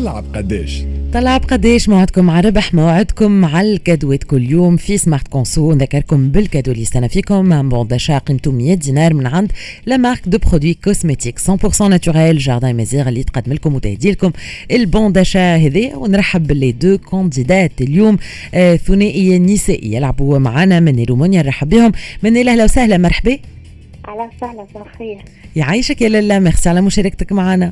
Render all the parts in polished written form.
طلع بقداش. طلع بقداش موعدكم مع ربح، موعدكم مع الكادوات كل يوم في سمارت كونسو. نذكركم بالكادو اللي استنى فيكم بون داشا قيمته 100 دينار من عند لا مارك دو برودوي كوسميتيك 100% ناتوريل جاردان ميزير اللي تقدم لكم وتهدي لكم البون داشا هذا. ونرحب باللي دو كانديدات اليوم ثنائيه نسائيه يلعبوا معنا منال ومنيا. نرحب بهم. منال اهلا وسهلا، مرحبا. اهلا وسهلا، صباح الخير. يعيشك يا لاله، ميرسي على مشاركتك معنا.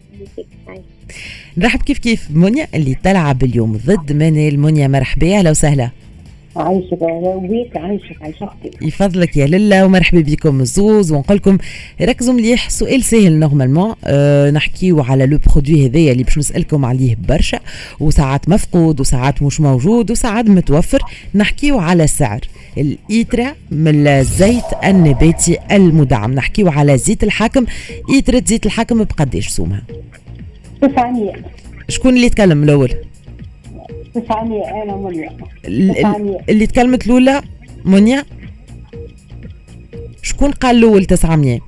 نرحب كيف منيا اللي تلعب اليوم ضد منال. منيا مرحبا، اهلا وسهلا. عايشك وبيك، عايشك يفضلك يا للا، ومرحبا بكم الزوز. ونقول لكم ركزوا مليح، سؤال سهل نورمالمون. نحكيو على لو برودوي هذايا اللي باش نسالكم عليه برشا، وساعات مفقود وساعات مش موجود وساعات متوفر. نحكيو على سعر الإيترا من الزيت النباتي المدعم. نحكيو على زيت الحاكم. إيترا زيت الحاكم بقداش سومها؟ 900. شكون اللي يتكلم الأول؟ 900. أنا منيا. اللي تكلمت الأولى منيا. شكون قال الأول 900؟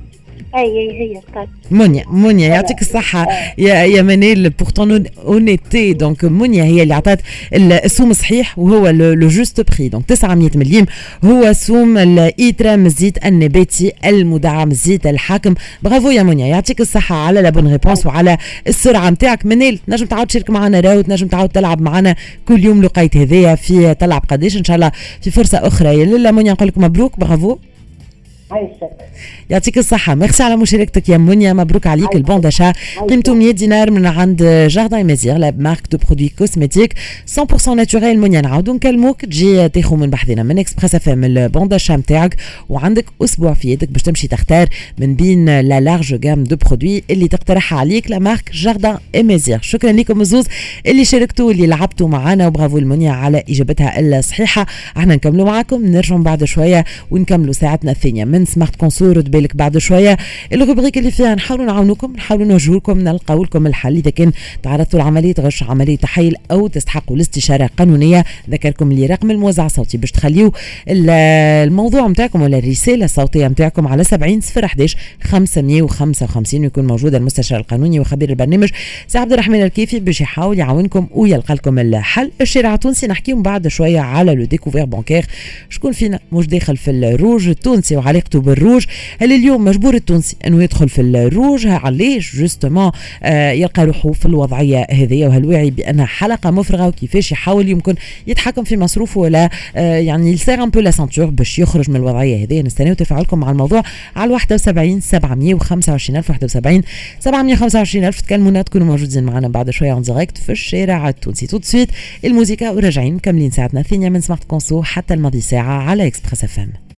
هي قال منيا يعطيك الصحة يا منال. بورتون اونيتي دونك منيا هي اللي عطات السوم صحيح، وهو لو جوست بري. دونك 900 مليم هو سوم الإيترا من الزيت النباتي المدعم الزيت الحاكم. برافو يا منيا، يعطيك الصحة على لا بون ريبونس وعلى السرعة نتاعك. منال تنجم تعاود تشارك معنا راهو، تنجم تعاود تلعب معنا كل يوم لقيت هذايا في تلعب قداش ان شاء الله في فرصة أخرى. يا لاله منيا نقول لك مبروك، برافو. يعطيك الصحة، ميرسي على مشاركتك يا منيا. مبروك عليك البون داشا قيمته 100 دينار من عند جاردان ميزير لا مارك دو برودوي كوسميتيك 100% ناتوريل. منيا نعاودو نكلموك تجي تاخذ من بحثنا من اكسبريس اف ام البون داشا نتاعك، وعندك اسبوع في يدك باش تمشي تختار من بين لا لارج جام دو برودوي اللي تقترحها عليك لا مارك جاردان ميزير. شكرا لكم الزوز اللي شاركتوا اللي لعبتوا معنا، وبرافو المنيا على اجابتها الصحيحة. احنا نكملوا معكم، نرجعوا بعد شوية ونكملوا ساعتنا الثانية من سمارت كونسو. رد بالك بعد شويه الروبريك اللي فيها نحاولوا نعاونوكم، نحاولوا نوجهوا لكم، نلقاو لكم الحل اذا كان تعرضتوا لعمليه غش، عمليه تحيل، او تستحقوا الاستشاره القانونيه. ذكركم اللي رقم الموزع الصوتي باش تخليوا الموضوع نتاعكم ولا الرساله الصوتيه نتاعكم على 7011 555 ويكون موجود المستشار القانوني وخبير البرنامج سي عبد الرحمن الكيفي باش يحاول يعاونكم ويلقى لكم الحل. الشارع التونسي نحكيهم بعد شويه على لو ديكوفير بانكير. شكون فينا مش داخل في الروج التونسي وعلاقته بالروج؟ هل اليوم مجبور التونسي انه يدخل في الروج؟ علاش جوستومون يلقى روحه في الوضعيه هذه؟ وهل واعي بانها حلقه مفرغه؟ وكيفاش يحاول يمكن يتحكم في مصروفه ولا يعني يسير ان بو لا سانتور باش يخرج من الوضعيه هذه؟ نستناو تفاعلكم مع الموضوع على 71 725 ألف 71 725 ألف. تكلمونا تكونوا موجودين معنا بعد شويه اون ديريكت في الشارع التونسي. تو سويت الموسيقى وراجعين مكملين ساعتنا الثانيه من سمارت كونسو حتى الماضي ساعه على اكسبريس اف ام.